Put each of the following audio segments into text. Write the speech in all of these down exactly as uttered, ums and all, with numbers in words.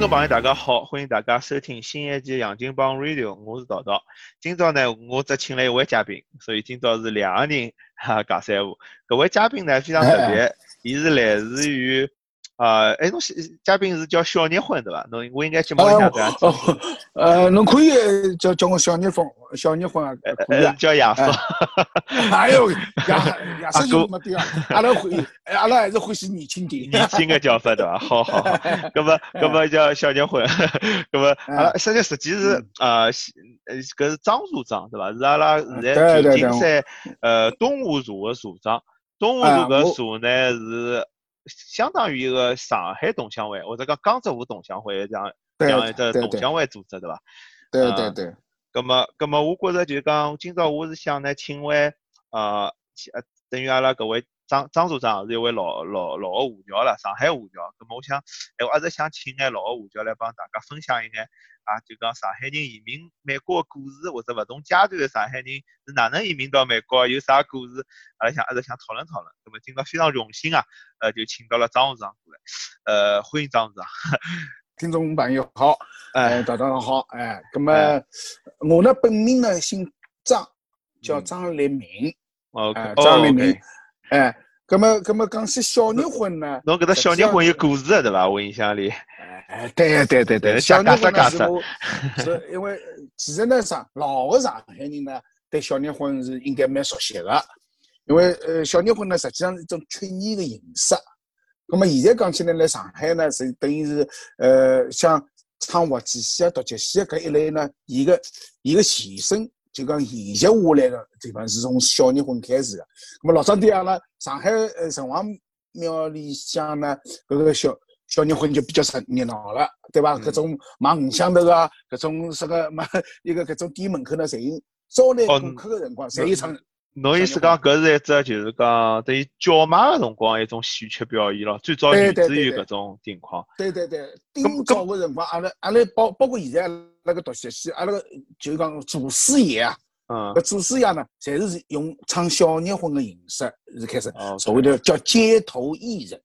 众朋友，大家好，欢迎大家收听新一期《杨金帮 Radio》，我是道道。今朝呢，我只请了一位嘉宾，所以今朝是两个人哈讲三胡。搿位嘉宾呢非常特别，伊是来自于啊，哎，侬嘉宾是叫小日婚对伐？侬我应该去问一下搿样子。 呃，侬可以叫叫我小日婚，小日婚啊，可以啊。 叫亚瑟。 哎呦，亚亚瑟就没对啊，阿拉欢，阿拉还是欢喜年轻点。 年轻的叫法对伐？好好好，搿么搿么叫小日婚，搿么阿拉实际实际是啊，呃，搿是张社长对伐？是阿拉现在旧金山呃东华社的社长。东华社搿社呢是相当于一个上海同乡会，或者讲江浙沪同乡会这样这样一只同乡会组织对伐？ 对对对。 咁么，咁么，我觉着就是讲，今朝我是想呢，请位呃，呃，等于阿拉搿位张张社长是一位老老老个华侨了，上海华侨。咁么，我想，哎，我一直想请眼老个华侨来帮大家分享一眼啊，就讲上海人移民美国个故事，或者勿同阶段的上海人是哪能移民到美国，有啥故事，阿拉想一直想讨论讨论。咁么，今朝非常荣幸啊，呃，就请到了张社长过来，呃，欢迎张社长。 听众朋友好，哎，大家好，哎，那么我呢本名呢姓张，叫张立明， 哦， 张立明，哎，那么那么讲起小日婚呢， 侬搿个小日婚有故事的对伐？我印象里， 哎，对对对对，小日婚呢是我，是因为其实呢上老的上海人呢对小日婚是应该蛮熟悉的，因为呃小日婚呢实际上是一种曲艺的形式。那么现在讲起来，来上海呢，是等于是呃，像唱滑稽戏啊、读剧戏啊搿一类呢，伊个伊个前身就讲延续下来的地方是从小日婚开始的。那么老早对阿拉上海呃城隍庙里向呢，搿个小小日婚就比较热闹了，对吧？搿种卖五香头啊，搿种啥个卖一个搿种店门口呢，侪有招待顾客的辰光，侪有唱。 侬意思讲搿是一只就是讲等于叫卖的辰光一种戏曲表演咯，最早源自于搿种情况。 对对对，顶早个辰光，阿拉阿拉包包括现在那个读剧戏，阿拉就讲祖师爷啊，嗯，搿祖师爷呢，侪是用唱小日婚的形式是开始，所谓的叫街头艺人。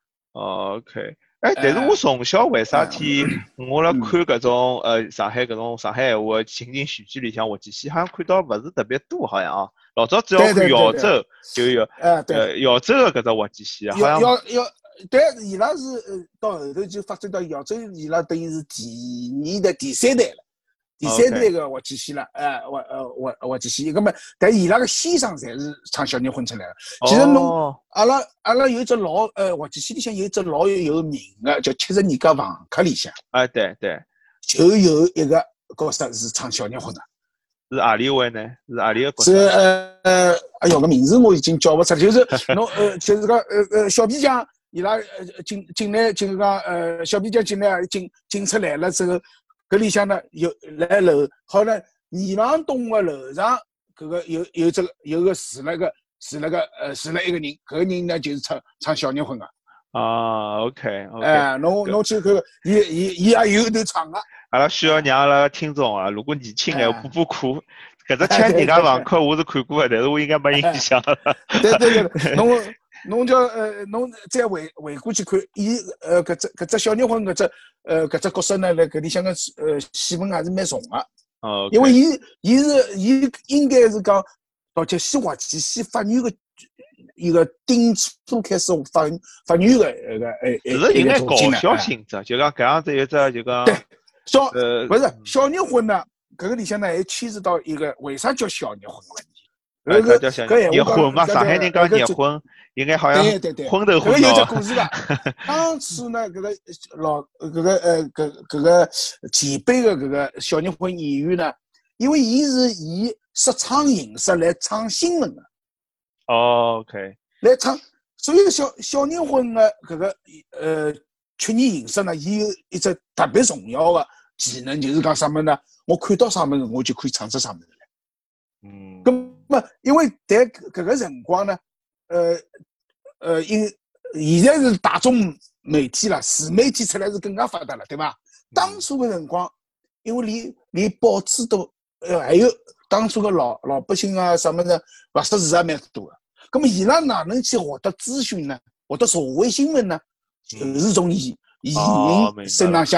OK。哎，但是我从小为啥体我辣看搿种呃上海搿种上海闲话情景喜剧里向滑稽戏，好像看到勿是特别多，好像啊。老早只要看扬州就有，呃扬州的搿只滑稽戏，好像要要对，伊拉是呃到后头就发展到扬州，伊拉等于是第二代、第三代了，第三代个滑稽戏了，哎，滑呃滑滑稽戏，搿么但伊拉个先生侪是唱小日婚出来的。其实侬阿拉阿拉有一只老呃滑稽戏里向有一只老有名个叫《七十二家房客》里向， 哎对对， 就有一个角色是唱小日婚的。 是何里位呢？是何里个角色？是呃，哎哟，个名字我已经叫不出来，就是侬呃，就是讲呃呃，小皮匠伊拉呃进进来就是讲呃，小皮匠进来进进出来了之后，搿里向呢有来楼，好了，二郎东个楼上搿个有有这个有个住了个住了个呃住了一个人，搿个人呢就是唱唱小日婚个。 啊 ，OK OK。 哎，侬侬去看，伊伊伊也有头唱个。 阿拉需要让阿拉听众啊，如果年轻哎补补课，搿只七人家房客我是看过的，但是我应该没印象了。 对对对，侬侬叫呃侬再回回过去看，伊呃搿只搿只小日婚搿只呃搿只角色呢，辣搿里向个呃戏份还是蛮重个。 哦。 因为伊伊是伊应该是讲读剧戏滑稽戏发源个一个顶初开始发发源个那个诶诶。 是应该搞笑性质，就讲搿样子一只就讲。 对。小呃不是小日婚呢，搿个里向呢还牵涉到一个为啥叫小日婚的问题。搿个搿热婚嘛，上海人讲热婚，应该好像对对对， 婚头婚脑。搿有只故事的。当初呢，搿个老搿个呃搿搿个前辈的搿个小日婚演员呢，因为伊是以说唱形式来唱新闻的。 哦 ，OK。 来唱，所以小小日婚的搿个呃曲艺形式呢，伊有一只特别重要的。技能就是讲啥么呢？我看到啥么子，我就可以唱出啥么子来。 嗯。 咁么，因为在搿个辰光呢，呃呃，因现在是大众媒体了，自媒体出来是更加发达了，对吧？当初的辰光，因为连连报纸都呃还有当初的老老百姓啊什么的，不识字也蛮多的。咁么伊拉哪能去获得资讯呢？获得社会新闻呢？就是从伊移民身浪向。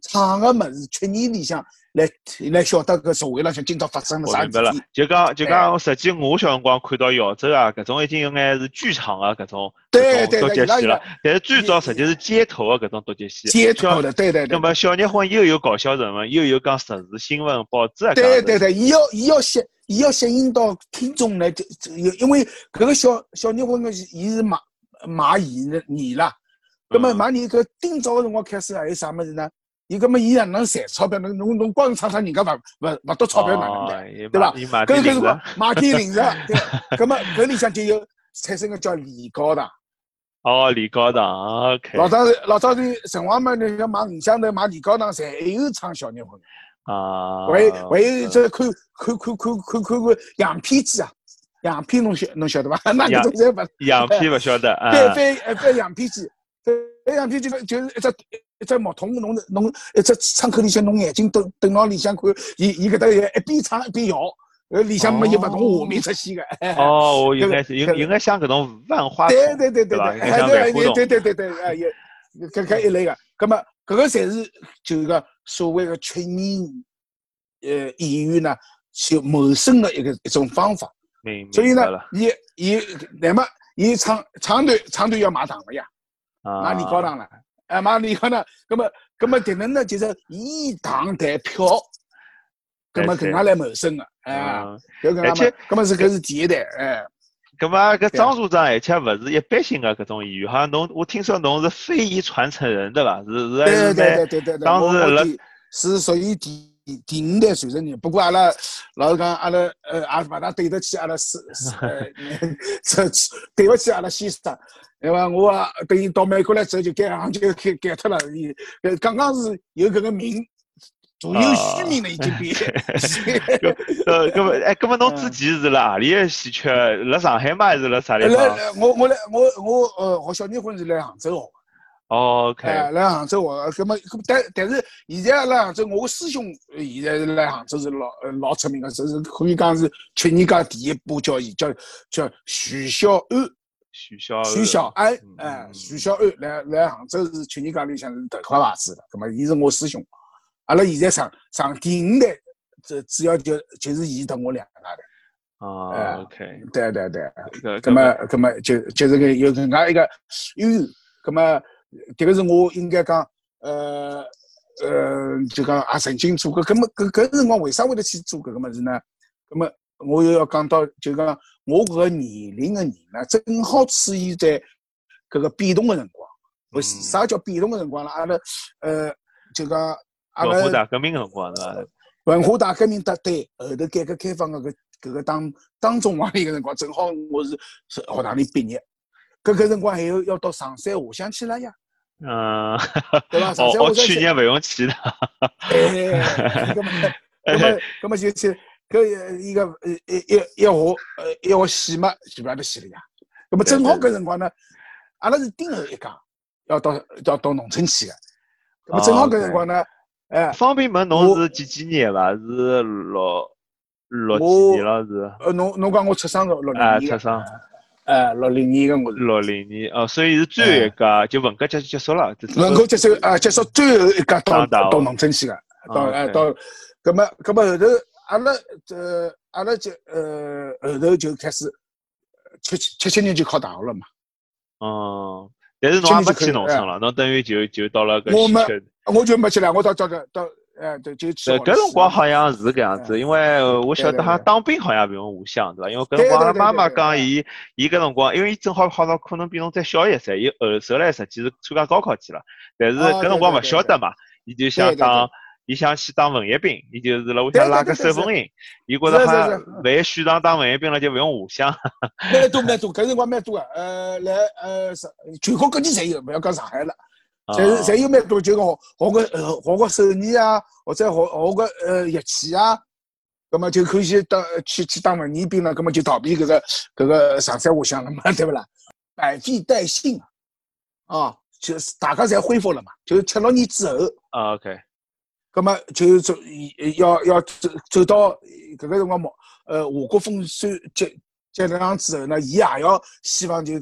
厂个物事确认里向来来晓得搿社会浪向今朝发生了啥事我明白了体。， 就讲就讲，实际我小辰光看到姚州啊，搿种已经有眼是剧场啊，搿种搿种对对对， 独角戏了伊拉伊拉。 但是最早实际是街头的搿种独角戏。 街头的，对对对。 那么小热混又有搞笑人物，又有讲实时新闻、报纸啊讲的。 对对对，伊要伊要吸，伊要吸引到听众来，就因为搿个小小热混个伊是卖卖艺艺啦，葛么卖艺搿今朝个辰光开始还有啥物事呢？伊葛么伊哪能赚钞票？侬侬侬光唱唱人家勿勿勿夺钞票哪能赚？对伐？搿搿辰光买点零食，对。葛么搿里向就有产生个叫李高堂。 哦，李高堂 ，OK。 老早老早的城隍门那个买五香头、买李高堂，侪还有唱小热混。 啊。 还还有这看看看看看看看洋片子啊，洋片侬晓侬晓得伐？那搿种侪勿洋片勿晓得啊。 翻翻翻洋片子，翻洋片就是就是一只一只木桶，侬侬一只窗口里向，侬眼睛瞪瞪牢里向看，伊伊搿搭一边唱一边摇，呃里向没有勿同画面出现个。 哦，我应该是有有眼像搿种万花筒， 对对对对对， 对， 像万花筒。 对对对对，哎也搿搿一类个，葛么搿个侪是就是讲所谓的确认呃演员呢就谋生的一个一种方法。所以呢，伊伊那么伊唱唱段唱段要买糖了呀，买年糕糖了，哎买年糕糖，葛么葛么迭能呢就是以糖代票，葛么搿能来谋生个，哎，搿个么葛么是搿是第一代，哎。 葛么搿张所长而且勿是一般性个搿种演员，好像侬我听说侬是非遗传承人对伐？是是对对对对对对， 当时辣是属于第第五代传承人，不过阿拉老实讲，阿拉呃也勿大对得起阿拉是呃这对勿起阿拉先生，对伐？我啊等于到美国来之后就改行就改改脱了，伊刚刚是有搿个名。主有虚名了，已经变。 呃，搿么，哎，搿么侬之前是辣何里个戏曲？辣上海吗？还是辣啥地方？ 我我来我我呃，我小热混是来杭州学。 哦 ，OK。 哎，来杭州学，搿么但但是现在来杭州，我师兄现在是来杭州是老老出名个，这是可以讲是全人界第一把交椅，叫叫徐小安。 徐小徐小安，哎，徐小安来来杭州是全人界里向是头块牌子的，搿么伊是我师兄。阿拉现在上上第五代，这主要就就是伊同我两家的。 哦 ，OK。 对对对，咁么咁么就就是个有搿能介一个渊源，咁么迭个是我应该讲，呃呃，就讲也曾经做过，咁么搿搿辰光为啥会得去做搿个物事呢？咁么我又要讲到，就讲我搿个年龄个人呢，正好处于在搿个变动个辰光。为啥叫变动个辰光呢？阿拉呃就讲。 文化大革命个辰光是伐？ 文化大革命搭对后头改革开放个搿搿个当当中往里个辰光，正好我是是学堂里毕业，搿搿辰光还有要到上山下乡去了呀。 嗯， 对伐？上山下乡去年勿用去的。 哎，搿么搿么搿么就去搿一个呃一一一学呃一学戏嘛，就勿晓得去了呀。搿么正好搿辰光呢，阿拉是顶后一讲要到要到农村去个，搿么正好搿辰光呢。哎， 方便问侬是几几年伐？是六六几年了是？ 呃，侬侬讲我出生是六零年。 啊，出生。 哎，六零年个我是。 六零年哦，所以是最后一届，就文革结结束了。 文革结束啊，结束最后一届到到农村去个，到哎到，葛么葛么后头阿拉这阿拉就呃后头就开始七七七七年就考大学了嘛。 哦，但是侬也没去农村了，侬等于就就到了个戏曲。 我就没去了，我到到到哎对就去。 搿辰光好像是搿样子，因为我晓得好像当兵好像勿用下乡，对伐？因为搿辰光阿拉妈妈讲伊伊搿辰光，因为伊正好好到可能比侬再小一岁，伊后首来实际是参加高考去了，但是搿辰光勿晓得嘛，伊就想当，伊想去当文艺兵，伊就是辣屋里向拉个手风琴，伊觉着好像万一选上当文艺兵了就勿用下乡。 蛮多蛮多，搿辰光蛮多个，呃来呃全国各地侪有，勿要讲上海了。侪是侪有蛮多，就讲学个呃学个手艺啊，或者学学个呃乐器啊，葛么就可以当去去当文艺兵了，葛么就逃避搿个搿个上山下乡了嘛，对不啦？百废待兴啊，就是大家侪恢复了嘛，就是七六年之后啊 ，OK， 葛么就走要要走走到搿个辰光毛呃华国锋接接接上之后呢，伊也要希望就是讲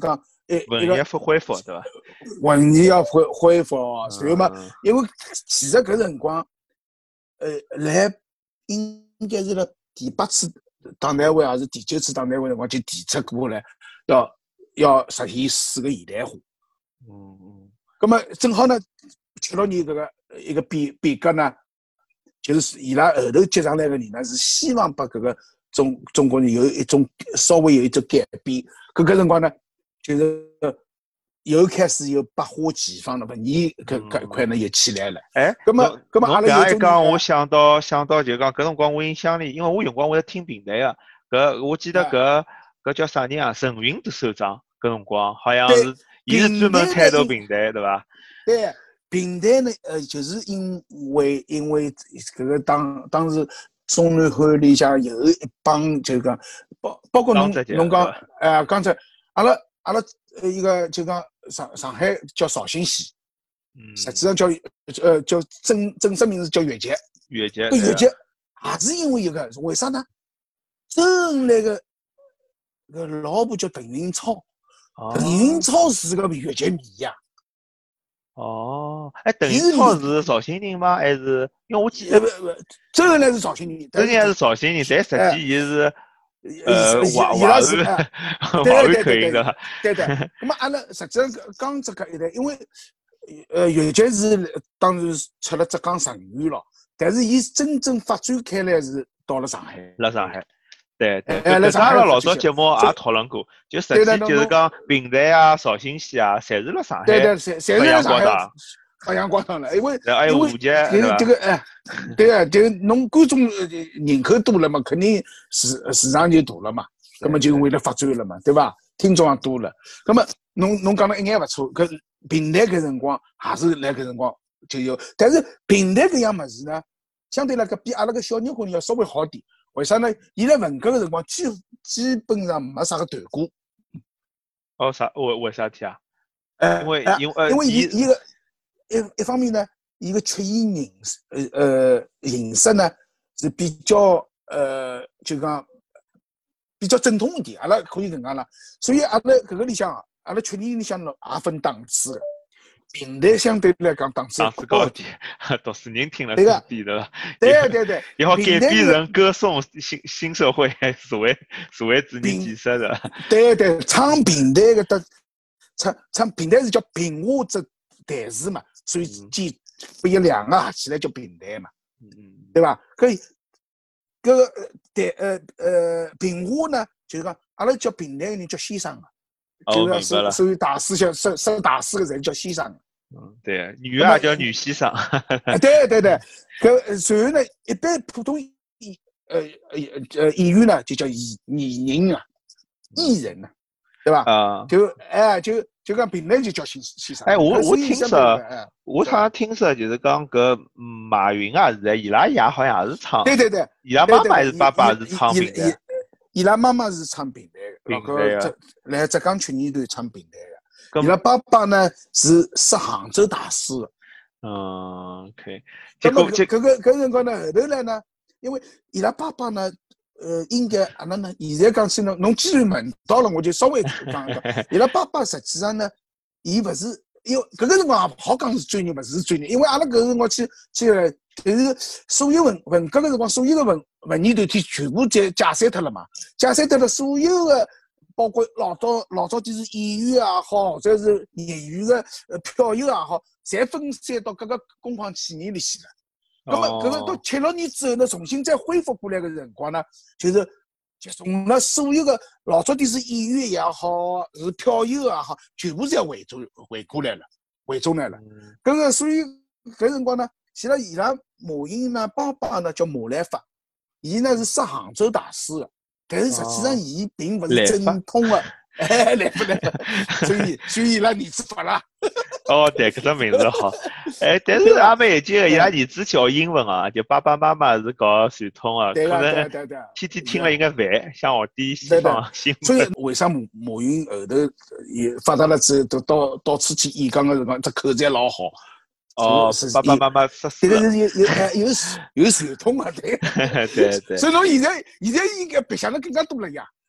一文艺复恢复对伐？ 文艺要恢恢复，然后嘛， 嗯因为其实搿辰光，呃，来应该是辣第八次党代会还是第九次党代会辰光就提出过来，要要实现四个现代化。 嗯嗯。 咁么正好呢，七六年搿个一个变变革呢，就是伊拉后头接上来个人呢，是希望把搿个中中国人有一种稍微有一种改变。搿个辰光呢，就是又开始有百花齐放了，文艺搿搿一块呢又起来了。 哎， 咁么咁么阿拉有种一讲，我想到想到就讲搿辰光我印象里，因为我有辰光我在听平台个，搿我记得搿搿叫啥人啊？陈云的首长，搿辰光好像是，伊是专门开头平台对伐？ 对，平台呢，呃，就是因为因为搿个当当时中南海里向有一帮就讲包包括侬侬讲，哎，刚才阿拉阿拉呃一个就讲上上海叫绍兴系， 嗯， 实际上叫呃叫正正式名字叫越捷， 越捷， 搿越捷也是因为一个为啥呢？周恩来个个老婆叫邓颖超，邓颖超是个越捷迷呀。 哦，哎，邓颖超是绍兴人吗？还是因为我记得周恩来是绍兴人， 周恩来是绍兴人，但实际伊是呃华华华是华语口音的。 对对。那么阿拉实际上江浙搿一带，因为呃越捷是当然出了浙江成员咯，但是伊真正发展开来是到了上海。 辣上海。对对， 哎， 搿阿拉老早节目也讨论过，就实际就是讲平台啊、绍兴系啊，侪是辣上海。 对对，侪侪是辣上海发扬光大了，因为还有吴杰， 因为这个哎，对啊，就侬观众人口多了嘛，肯定市市场就大了嘛，那么就为了发展了嘛，对吧？听众也多了，那么侬侬讲了一眼勿错，搿平台搿辰光也是辣搿辰光就有，但是平台搿样物事呢，相对来讲比阿拉个小人混要稍微好点。为啥呢？伊辣文革个辰光，基基本上没啥个团购。 哦，啥？为为啥体啊？ 呃， 因为因为因为伊伊个一一方面呢，伊个出现形式呃呃形式呢是比较呃就讲比较正统一点，阿拉可以搿讲啦。所以阿拉搿个里向，阿拉确定里向也分档次个。平台相对来讲档次档次高点，读书人听了对个比对伐？ 对对对， 也好改编成歌颂新新社会社会社会主义建设的。 对对，唱平台个的唱唱平台是叫平话只台词嘛，所以建不一两个合起来叫平台嘛， 嗯， 对吧？可以，搿个台呃呃平话呢，就是讲阿拉叫平台个人叫先生个。就是属属于大师，像识识大师个人叫先生。 嗯，对，女也叫女先生。 对对对，搿然后呢，一般普通艺呃呃呃演员呢，就叫艺艺人啊，艺人啊，对吧？ 啊， 就哎就就讲平台就叫先先生。 哎，我我听说，我好像听说就是讲搿马云啊，现在伊拉爷好像也是唱。 对对对， 伊拉妈妈还是爸爸是唱平台。 伊拉妈妈是唱平台的， 平台个来浙江曲艺团唱平台的。伊拉爸爸呢是识杭州大师的。 嗯 ，OK。 那么搿个搿辰光呢，后头来呢，因为伊拉爸爸呢，呃，应该阿拉呢，现在讲起侬侬既然问到了，我就稍微讲一讲。伊拉爸爸实际上呢，伊勿是，因为搿个辰光也好讲是专业，勿是专业，因为阿拉搿个辰光去去，就是所有文文革个辰光，所有个文文艺团体全部解解散脱了嘛，解散脱了所有个，包括老早老早就是演员也好，或者是业余个呃票友也好，侪分散到各个工矿企业里去了。那么搿个到七六年之后呢，重新再恢复过来个辰光呢，就是集中了所有个老早的是演员也好，是票友也好，全部侪回走回过来了，回中来了。搿个所以搿辰光呢，其实伊拉马云呢，爸爸呢叫马来发，伊呢是识杭州大师的，但是实际上伊并不是正统的，哎，来不来不，所以所以伊拉儿子发了。 哦，对，搿只名字好。哎，但是也蛮有劲个，伊拉儿子教英文啊，就爸爸妈妈是搞传统啊，可能天天听了应该烦，想学点西方新闻。所以为啥马马云后头也发达了之后，都到到处去演讲个辰光，这口才老好。 哦，爸爸妈妈说这个是有有有有传统啊，对。 对对。 所以侬现在现在应该白相的更加多了呀。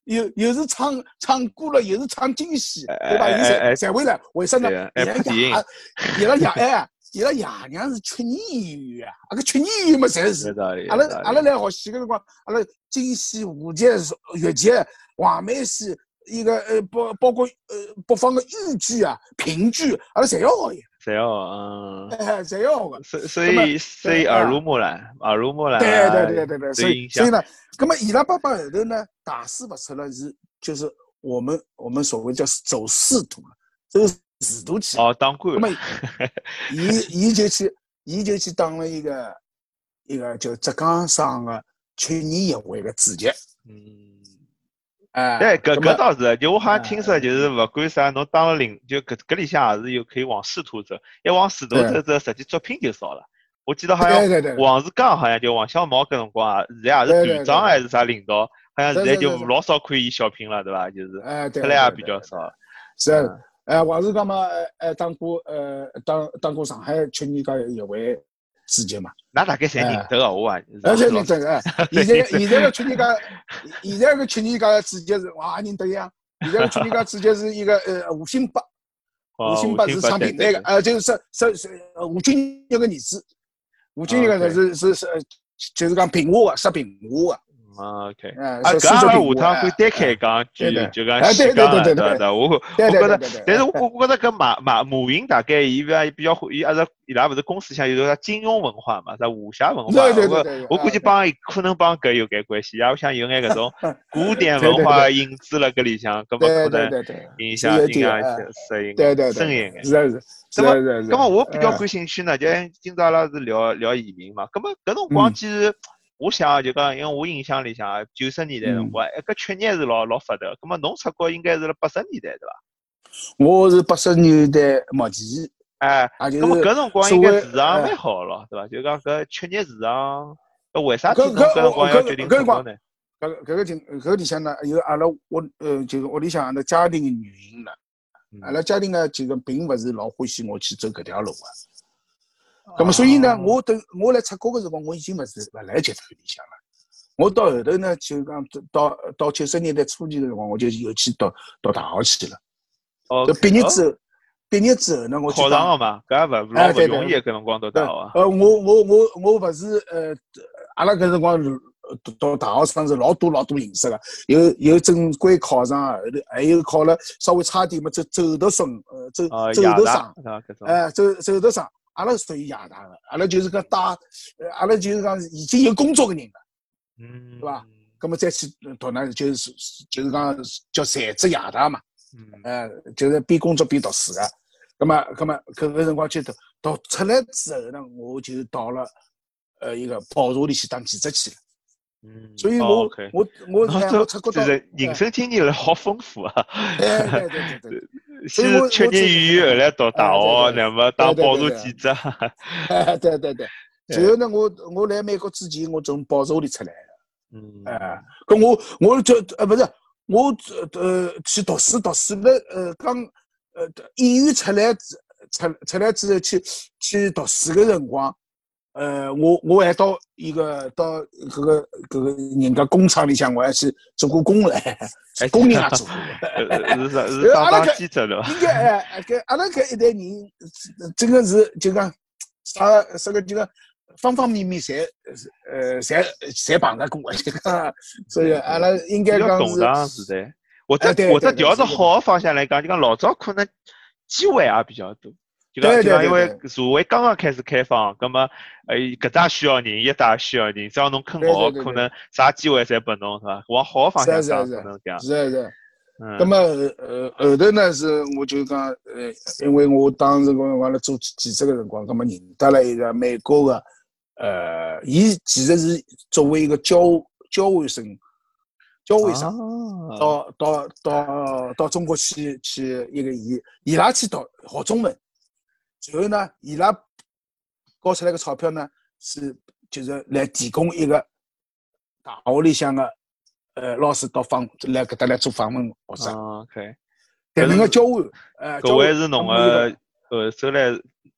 又又是唱唱歌了，又是唱京戏，对吧？伊才才回来，为啥呢？伊拉爷，伊拉爷哎，伊拉爷娘是曲艺演员啊，啊个曲艺演员嘛，侪是。阿拉阿拉来学戏个辰光，阿拉京戏、武节、越剧、黄梅戏，一个呃包包括呃北方的豫剧啊、评剧，阿拉侪要学呀。 侪要嗯， 哎，侪要学个。 所所以所以耳濡目染，耳濡目染。 对对对对对，所以所以呢，那么伊拉爸爸后头呢，大师不出了是就是我们我们所谓叫走仕途了，这个仕途去。 哦，当官。 那么，伊伊就去，伊就去当了一个一个就浙江省的曲艺协会的主席。 嗯。 哎， 对，搿搿倒是，就我好像听说，就是勿管啥，侬当了领，就搿搿里向也是有可以往仕途走，一往仕途走走，实际作品就少了。我记得好像王世刚好像就王小毛搿辰光啊，现在也是团长还是啥领导，好像现在就老少看伊小品了，对伐？就是出来也比较少。 是，呃，王世刚嘛，呃，当过呃当当过上海曲艺家协会主席嘛。 那大概侪认得个，我啊。 而且认得个，现在现在个曲艺家，现在个曲艺家主席是我也认得呀。现在个曲艺家主席是一个呃吴兴八，吴兴八是唱评弹个，呃，就是是是是吴君玉个儿子，吴君玉个是是是就是讲评话个，说评话个。 啊 ，OK， 啊，搿阿拉下趟可以单开讲，就就讲细讲了，对对，我我觉得，但是我我觉得搿马马马云大概伊比比较伊阿拉伊拉勿是公司像有个金庸文化嘛，啥武侠文化，我我估计帮可能帮搿有眼关系，也我想有眼搿种古典文化影子了搿里向，搿么可能影响影响适应深一眼。 是是是。 搿么搿么我比较感兴趣呢，就今朝阿拉是聊聊移民嘛，搿么搿辰光其实。我想就讲，因为我印象里向九十年代辰光，一个曲艺是老老发达。咁么侬出国应该是辣八十年代对伐？ 我是八十年代末期。 哎，咁么搿辰光应该市场蛮好咯，对伐？就讲搿曲艺市场，搿为啥体侬搿辰光要决定出国呢？ 搿搿个情搿个里向呢，有阿拉屋呃，就是屋里向阿拉家庭的原因了。阿拉家庭呢，其实并勿是老欢喜我去走搿条路啊。咁么，所以呢，我等我来出国个辰光，我已经勿是勿来集团里向了。我到后头呢，就讲到到九十年代初期个辰光，我就又去读读大学去了。 哦。 毕业之后，毕业之后呢，我考上了嘛？搿也勿老勿容易搿辰光读大学啊。 呃，我我我我勿是呃，阿拉搿辰光读读大学生是老多老多形式个，有有正规考上，后头还有考了稍微差点嘛，走走读生，呃，走走读生，哎，走走读生。阿拉属于亚大的，阿拉就是讲打，呃，阿拉就是讲已经有工作的人了， 嗯， 对吧？那么再去读呢，就是就是讲叫在职亚大嘛，嗯，呃，就是边工作边读书的。那么，那么搿个辰光去读，读出来之后呢，我就到了呃一个报社里去当记者去了。 嗯， 所以我我我我出国到， 就是人生经历了好丰富啊。 对对对对对。 先曲艺演员，后来读大学，那么当报社记者。 哎，对对对。最后呢，我我来美国之前，我从报社里出来的。 嗯。 哎，搿我我就呃不是我呃去读书读书了呃刚呃演员出来出出来之后去去读书的辰光。呃，我我还到一个到搿个搿个人家工厂里向，我还去做过工嘞，工人也做过。 是是是当当记者的。 应该哎，搿阿拉搿一代人，真个是就讲啥啥个就讲方方面面侪呃侪侪碰着过个，就讲，所以阿拉应该讲是。 动荡时代，或者或者调着好的方向来讲，就讲老早可能机会也比较多。就讲就讲，因为社会刚刚开始开放，葛么呃搿搭需要人，一搭需要人，只要侬肯学，可能啥机会侪拨侬，是伐？往好的方向想，可能这样。 是是。嗯。葛么呃后头呢是我就讲呃，因为我当时我完了做记者个辰光，葛么认得了一个美国个呃，伊其实是作为一个交交换生，交换生到到到到中国去去一个伊伊拉去读学中文。然后呢，伊拉交出来个钞票呢，是就是来提供一个大学里向个呃老师到访来搿搭来做访问学生。 OK。 但能个交换，呃， 搿位是侬个后首来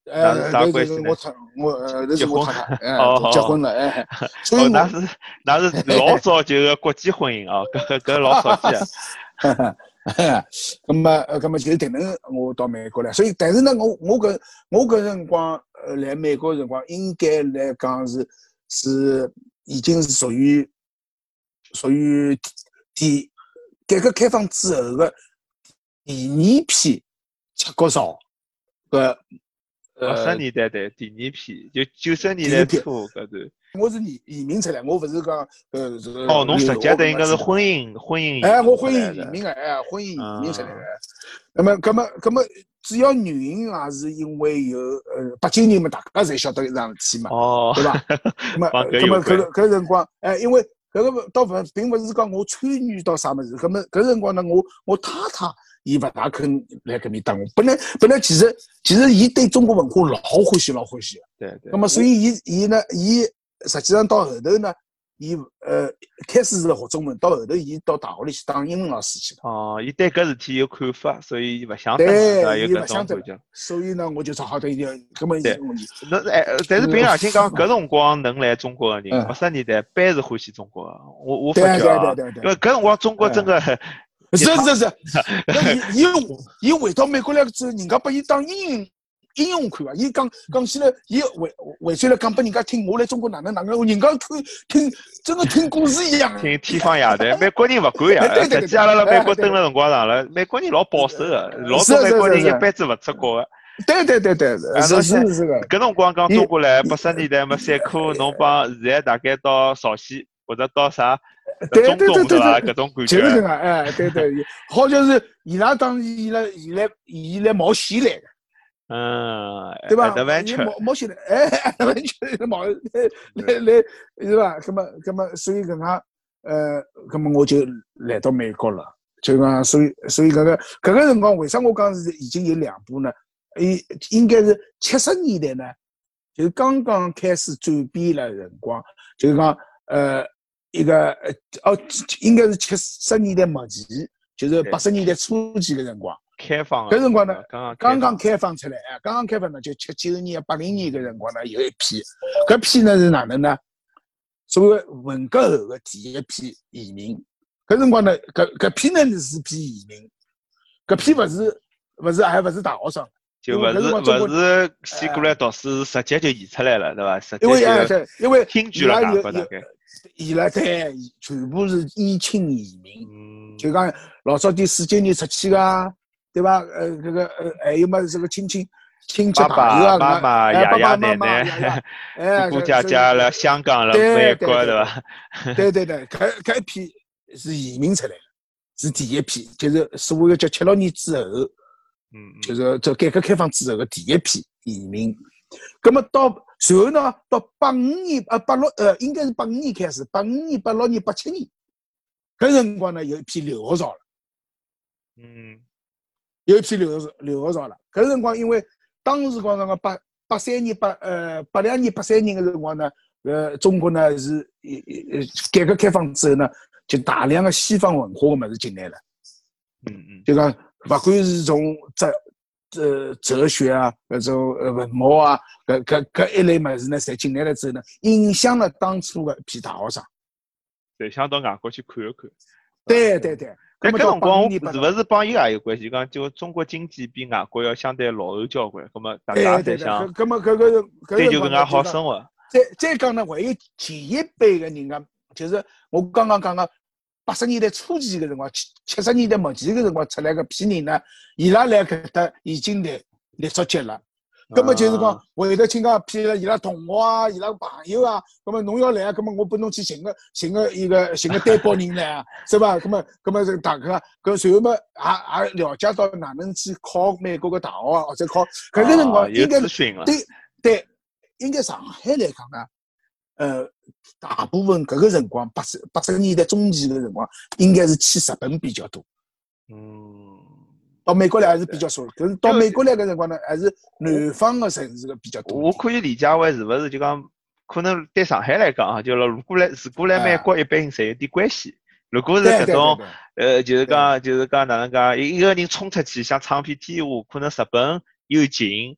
呃， 啥对对对， 关系呢？ 我太我呃，那结婚？ 是我太太，哎， 哦哦结婚了，哎，所以哦， 我， 那是那是老早就个国际婚姻哦，搿搿老少见啊。 哈哈，咁么呃，咁么就迭能我到美国来，所以但是呢，我我搿我搿辰光呃来美国辰光，应该来讲是是已经是属于属于第改革开放之后的第二批吃国潮个八十呃年代对第二批，就九十年第一批。 代初搿段。 我是移移民出来，我勿是讲呃这哦，侬实留学际的应该是搿么子的。 婚姻婚姻移哎，我民出婚来的。 姻移民的，哎，婚姻移民出来的。 嗯， 那么，那么，那么，主要原因也是因为有呃八九年嘛，大家侪晓得一桩事体嘛， 哦， 对吧？那么， 帮搿那么有关。 搿个搿辰光，哎，因为搿个倒勿并勿是讲我参与到啥物事，那么搿辰光呢，我我太太伊勿大肯来搿面搭我，本来本来其实其实伊对中国文化老欢喜老欢喜的， 对对。 那么所以伊伊呢，伊实际上到后头呢。伊呃开始是学中文，到后头伊到大学里去当英文老师去了。 哦，伊对搿事体有看法，所以伊勿想对， 有搿种感觉。 所以呢，我就只好对伊，搿么对，那哎，但是凭良心讲，搿辰光能来中国的人，八十年代般是欢喜中国的。我我发觉啊，因为搿辰光中国真个是是是，伊伊伊回到美国来之后，人家把伊当英雄。英雄看啊！伊讲讲起来，伊回回去来讲拨人家听，我来中国哪能哪能，人家听听，真个听故事一样。 听天方夜谭，美国人勿管呀。实际阿拉辣美国蹲了辰光长了，美国人老保守个，老多美国人一辈子勿出国个。 对对对对，是是是个。 搿辰光讲中国来，八十年代嘛，三科侬帮现在大概到朝鲜或者到啥中东是伐？搿种感觉。 就是搿个，哎，对对，好像是伊拉当时伊拉伊来伊来冒险来个。 嗯， 对吧？ 你冒冒险来，哎，完全冒来来来，是吧？那么，那么，所以搿能，呃，那么我就来到美国了。就讲，所以，所以搿个搿个辰光，为啥我讲是已经有两部呢？应应该是七十年代呢，就刚刚开始转变了辰光，就是讲，呃，一个哦，应该是七十年代末期，就是八十年代初期的辰光。 开放， 搿辰光呢， 刚刚刚开放出来，哎，刚刚开放呢，就七九年、八零年搿辰光呢，有一批，搿批呢是哪能呢？所谓文革后的第一批移民，搿辰光呢，搿搿批呢是批移民，搿批勿是勿是还勿是大学生， 就勿是勿是先过来读书，直接就移出来了，对伐？直接因为哎对，因为听句了大概， 伊拉对全部是依亲移民，就讲老早点四九年出去个。对吧？呃，这个呃，还有么？这个亲戚、亲戚朋友啊， 妈妈、爷爷奶奶， 哎，姑姑姐姐了，香港了，美国对吧？ 对对对，搿搿一批是移民出来的，是第一批，就是所谓的叫七六年之后， 嗯， 就是这改革开放之后的第一批移民。那么到随后呢，到八五年啊，八六呃，应该是八五年开始，八五年、八六年、八七年，搿辰光呢，有一批留学潮了， 嗯。 有一批留学留学潮了，搿辰光因为当时光那个八八三年八呃八两年八三年个辰光呢，呃中国呢是呃改革开放之后呢，就大量的西方文化个物事进来了， 嗯嗯， 就讲勿管是从哲呃哲学啊，搿种呃文学啊，搿搿搿一类物事呢，侪进来了之后呢，影响了当初个一批大学生， 侪想到外国去看一看。 对对对。 搿搿辰光是勿是帮伊也有关系？讲就中国经济比外国要相对落后交关，葛末大家侪想， 葛末搿个追求更加好生活。 再再讲呢，还有前一辈个人家，就是我刚刚讲个八十年代初期个辰光，七七十年代末期个辰光出来个批人呢，伊拉来搿搭已经立立足脚了。葛末就是讲，会得请讲，譬如伊拉同学啊，伊拉朋友啊，葛末侬要来啊，葛末我拨侬去寻个寻个一个寻个担保人来啊，是吧？葛末葛末是大家，搿随后么也也了解到哪能去考美国个大学啊，或者考搿个辰光应该对对，应该上海来讲呢，呃，大部分搿个辰光八十八十年代中期个辰光，应该是去日本比较多。 嗯。 到美国来还是比较少，可是到美国来个辰光呢，还是南方的城市个比较多。 我可以理解为是勿是就讲，可能对上海来讲啊，就如果来如果来美国，一般性侪有点关系。如果是搿种，呃，就是讲就是讲哪能讲，一个人冲出去想闯片天下，可能日本又近，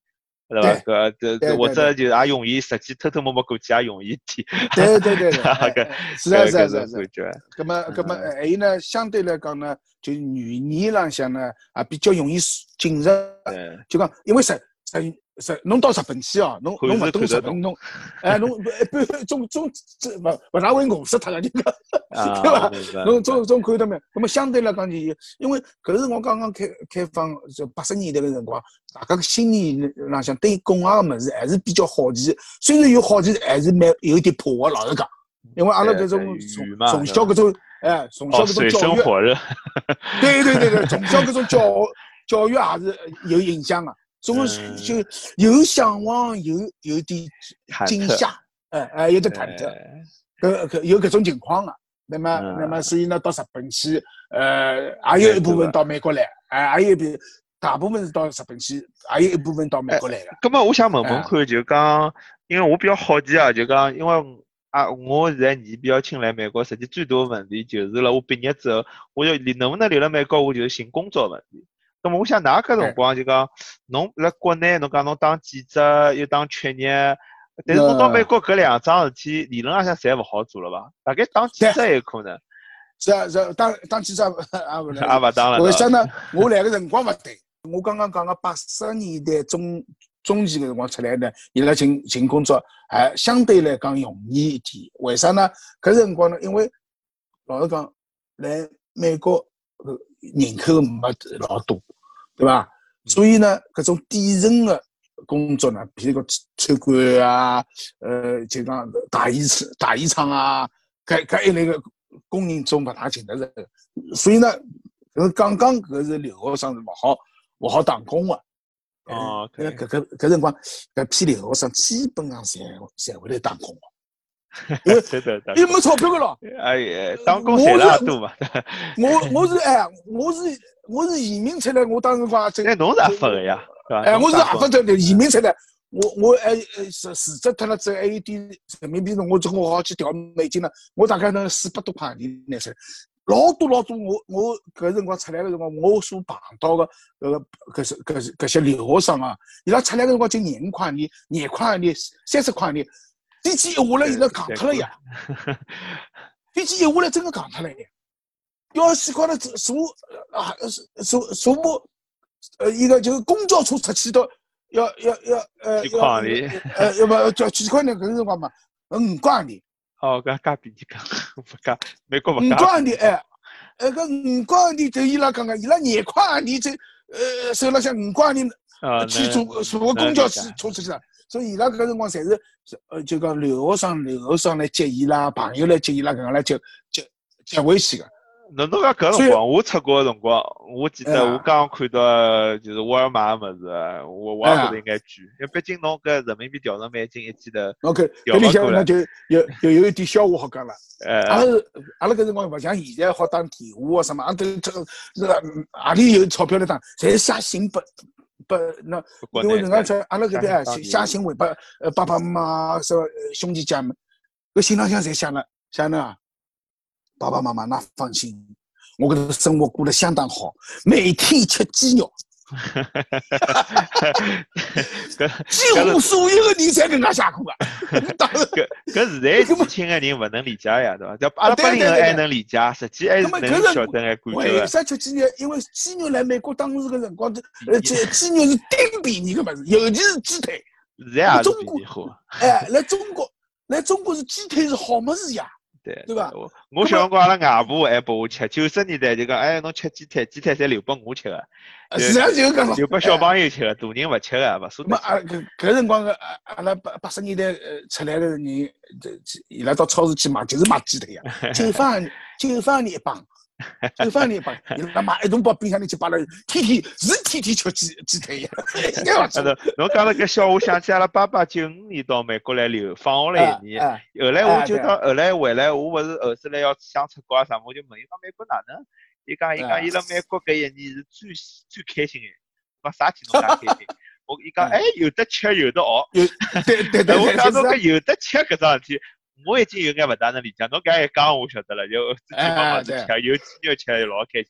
对伐？搿这这或者就也容易，实际偷偷摸摸过去也容易点。 对对对对， 搿是啊是啊是啊搿种感觉。 咁么咁么还有呢，相对来讲呢，就语言浪向呢啊比较容易进入，就讲因为实实实侬到日本去哦，侬侬勿懂日文，侬哎侬一般中中这勿勿大会饿死脱个，对伐？侬总总看到没？咁么相对来讲就，因为搿是我刚刚开开放就八十年代个辰光，大家心理浪向对国外个物事还是比较好奇，虽然有好奇，还是蛮有点怕个，老实讲。因为阿拉搿种从从小搿种哎，从小搿种教育，对对对对，从小搿种教教育也是有影响个。总是就有向往，有有点惊吓，哎哎，有点忐忑，搿搿有搿种情况啊。那么那么，所以呢，到日本去，呃，也有一部分到美国来，哎，也有一大部分是到日本去，也有一部分到美国来个。 咁么，我想问问看，就讲，因为我比较好奇啊，就讲，因为啊，我现在年纪比较轻，来美国，实际最大的问题就是了，我毕业之后，我就能不能留辣美国，我就是寻工作问题。咁么，我想㑚搿辰光就讲，侬辣国内，侬讲侬当记者又当曲艺，但是侬到美国搿两桩事体，理论浪向侪勿好做了伐？大概当记者有可能。 是啊是啊，当当记者也勿也勿当了。 为啥呢？我来个辰光勿对，我刚刚讲个八十年代中中期个辰光出来呢，伊拉寻寻工作，还相对来讲容易一点。为啥呢？搿辰光呢，因为老实讲，来美国人口没老多，对吧？所以呢，搿种底层的工作呢，比如讲餐馆啊，呃，就讲大衣厂、大衣厂啊，搿搿一类的工人中勿大寻得着。所以呢，搿刚刚搿是留学生是勿好勿好打工的。 哦， 搿搿搿搿辰光搿批留学生基本上侪侪会来打工的。因为因为没钞票个咯， 哎呀，打工赚了多嘛。 我我是哎，我是我是移民出来，我当时光哎，侬是合法的呀， 哎，我是合法的移民出来，我我还辞辞职脱了之后，还有点人民币呢，我正好好去调美金了，我大概能四百多块钿拿出来，老多老多，我我搿辰光出来个辰光，我所碰到个搿搿些搿些搿些留学生啊，伊拉出来个辰光就廿五块钿、廿块钿、三十块钿。第几一下来，伊拉讲脱了呀！第几一下来，真个讲脱了呀！要死快了，数啊数数目，呃，一个就是公交车出去到要要要呃要呃要不叫几块呢？搿辰光嘛，五块钿。 哦，搿加比你讲，勿加，美国勿加。五块钿哎，呃搿五块钿对伊拉讲个，伊拉廿块钿就呃手浪向五块钿去坐坐个公交车车出去了。所以伊拉搿辰光侪是，呃，就讲留学生、留学生来接伊拉，朋友来接伊拉，搿样来接接接回去个。 侬侬讲搿辰光，我出国个辰光，我记得我刚看到就是沃尔玛个物事，我我也觉得应该贵，因为毕竟侬搿人民币调成美金一记头。 OK，搿里向那就有有有一点笑话好讲了。阿拉阿拉搿辰光勿像现在好打电话啊什么，阿都这个这个阿里有钞票来打，侪是写信拨。不，那因为人家在阿拉搿边啊，写信回拨呃爸爸妈妈什么兄弟姐妹，搿信浪向侪写了写了啊，爸爸妈妈那放心，我搿个生活过得相当好，每天吃鸡肉。几乎所有的人侪搿能介写过啊！ 搿搿时代年轻个人勿能理解呀，对伐？叫阿拉八零后还能理解，实际还是能晓得眼感觉。 为啥吃鸡肉？因为鸡肉来美国当时个辰光，呃，鸡鸡肉是顶便宜个物事，尤其是鸡腿。 现在也是便宜货。 哎，来中国，来中国是鸡腿是好物事呀。 对对吧？ 我我小辰光阿拉外婆还拨我吃，九十年代就讲，哎，侬吃鸡腿，鸡腿侪留拨我吃个， 是啊，就讲留拨小朋友吃个，大人勿吃个，勿舍得。 么啊，搿搿辰光个阿拉八八十年代呃出来个人，这伊拉到超市去买就是买鸡腿呀，九方九方钿一磅，九方钿一磅，伊拉买一大包冰箱里去摆了，天天是天天吃鸡鸡腿呀。 是的，侬讲了搿笑话，想起阿拉爸爸九五年到美国来留放学了一年，后来我就到后来回来，我勿是后头来要想出国啊啥，我就问伊讲美国哪能？伊讲伊讲伊辣美国搿一年是最最开心个，我讲啥体侬介开心？我伊讲哎有得吃有得学， 对对对， 我讲侬搿有得吃搿桩事体。我已经有眼勿大能理解，侬搿一讲我晓得了，就自己慢慢去吃，有鸡肉吃老开心了。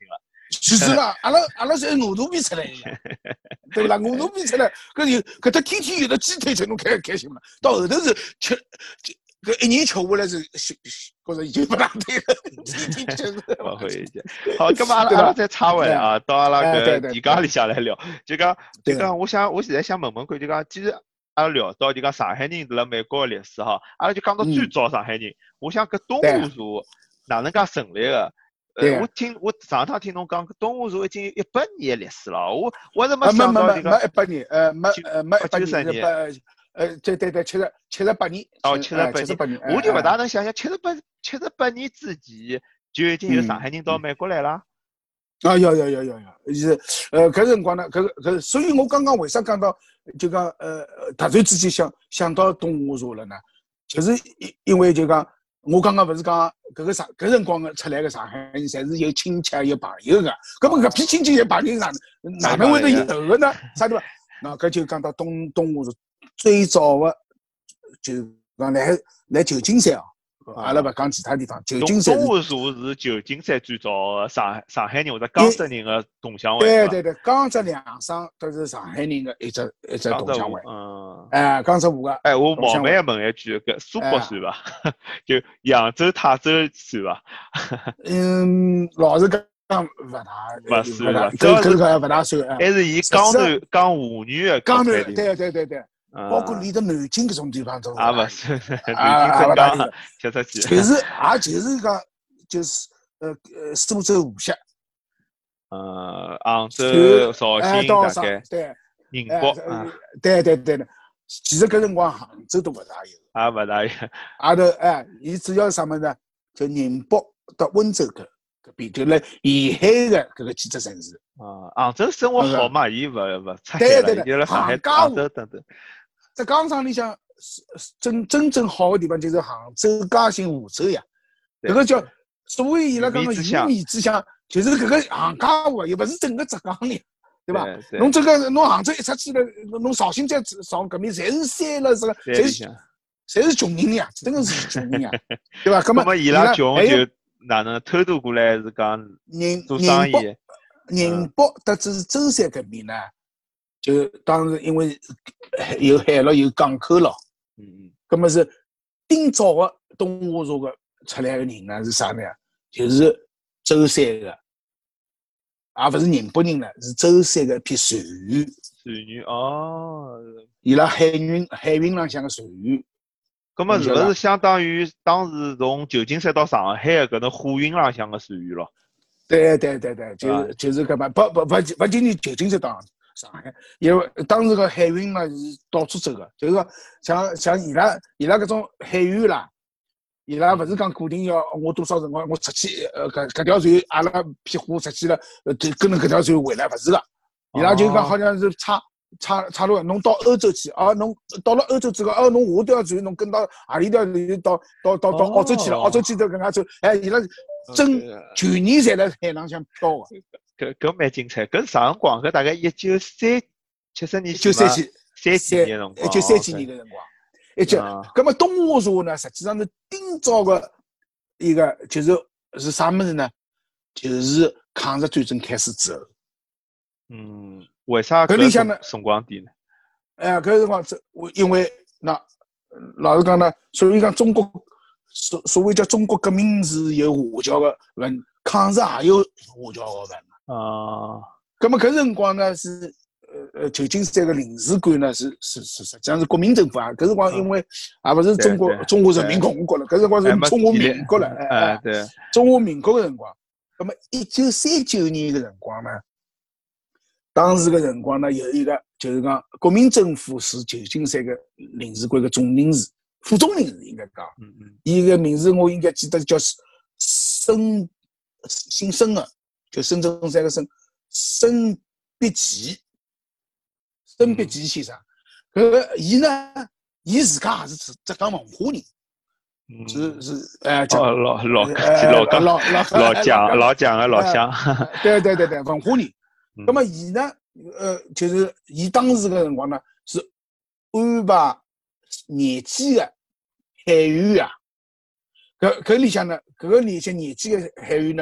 其实啊，阿拉阿拉是按额度比出来的，对不啦？额度比出来，搿有搿搭天天有的鸡腿吃，侬开开心了。到后头是吃，搿一年吃下来是觉着已经不大对了，天天吃。 不会的。好，咁阿拉阿拉再插回来啊，到阿拉搿地界里向来聊，就讲就讲，我想我现在想问问看，就讲其实阿拉聊到就讲上海人辣美国的历史哈，阿拉就讲到最早上海人，我想搿东吴茶哪能介成立的？呃，我听我上趟听侬讲，东吴茶已经有一百年的历史了。我我是没想到这个。没没一百年，呃，没呃没一百年， 呃，对对对，七十七十八年。 哦，七十八年。我就勿大能想象，七十八七十八年之前就已经有上海人到美国来了。 啊，有有有有有，是呃，搿辰光呢，搿搿，所以我刚刚为啥讲到就讲呃，突然之间想想到东吴茶了呢？就是因因为就讲。我刚刚不是讲搿个上搿辰光个出来个上海人，侪是有亲戚有朋友个，搿么搿批亲戚有朋友哪哪能会得有个呢？啥对伐？那搿就讲到东东吴茶最早个，就讲来来旧金山啊，阿拉勿讲其他地方，旧金山。 东吴茶是旧金山最早个上上海人或者江浙人个同乡会。 对对对，江浙两省都是上海人个一只一只同乡会。嗯。哎，江浙沪个。 哎，我冒昧问一句，搿苏北算伐？就扬州、泰州算伐？ 嗯，老实讲勿大。 勿算伐？ 搿搿个勿大算。 还是以江南江沪语个。 江南，对对对对。包括离得南京搿种地方都。 也勿算。 啊，勿大。 吃出去。 就是，也就是讲，就是呃呃苏州无锡。 呃，杭州、绍兴大概。 对。 宁波。 对对对的。其实搿辰光杭州都勿大有， 也勿大有。 阿头哎，伊主要啥物事呢？就宁波到温州搿搿边，就辣沿海个搿个几只城市。 啊，杭州生活好嘛？伊勿勿出海了，就辣上海、杭州等等。 在钢厂里向，真真正好个地方就是杭州、嘉兴、湖州呀。搿个叫，所谓伊拉讲个鱼米之乡，就是搿个杭嘉湖，又勿是整个浙江里。对吧？侬这个侬杭州一出去了，侬绍兴再上搿面，侪是山了，这个侪是侪是穷人呀，真的是穷人呀，对吧？ 那么伊拉穷就哪能偷渡过来是讲做生意？ 宁波得知是舟山搿边呢，就当时因为有海了，有港口了，嗯嗯，搿么是顶早个东吴茶个出来个人呢是啥呢？就是舟山个。也勿是宁波人了，是舟山个一批船员。 船员哦， 伊拉海运海运浪向个船员。 葛末是勿是相当于当时从旧金山到上海个搿能货运浪向个船员咯？ 对对对对，就是就是搿么不不不勿仅仅旧金山到上海，因为当时个海运嘛是到处走个，就是说像像伊拉伊拉搿种海员啦。伊拉勿是讲固定要我多少辰光我出去，呃，搿搿条船阿拉批货出去了，呃，就跟着搿条船回来，勿是个。伊拉就讲好像是差差差路，侬到欧洲去，啊，侬到了欧洲之后，哦，侬下条船侬跟到何里条船到到到到澳洲去了，澳洲去头搿能介走，哎，伊拉整全年侪辣海浪向飘个。 搿搿蛮精彩，搿啥辰光？搿大概一九三七十年， 一九三几三几年辰光， 一九三几年个辰光。一就，咁么东吴茶呢，实际上是顶早个一个，就是是啥么子呢？就是抗日战争开始之后。 嗯，为啥搿里向呢？ 辰光点呢？ 哎，搿辰光这我因为那老实讲呢，所以讲中国所所谓叫中国革命是有华侨个文，抗日也有华侨个文。 啊， 咁么搿辰光呢是。呃呃，旧金山个领事馆呢是是是实际上是国民政府啊，搿辰光因为也勿是中国中华人民共和国了，搿辰光是中华民国了， 哎对， 中华民国个辰光。那么一九三九年个辰光呢，当时个辰光呢有一个就是讲国民政府是旧金山个领事馆个总领事，副总领事应该讲，嗯嗯，伊个名字我应该记得叫申，姓申个，就孙中山个申，申必奇。申必奇先生，搿伊呢，伊自家也是浙江文化人，是是哎， 老老老老老老老蒋老蒋个老乡， 对对对对，文化人。那么伊呢，呃，就是伊当时个辰光呢，是安排年纪个海员啊，搿搿里向呢，搿个里向年纪个海员呢，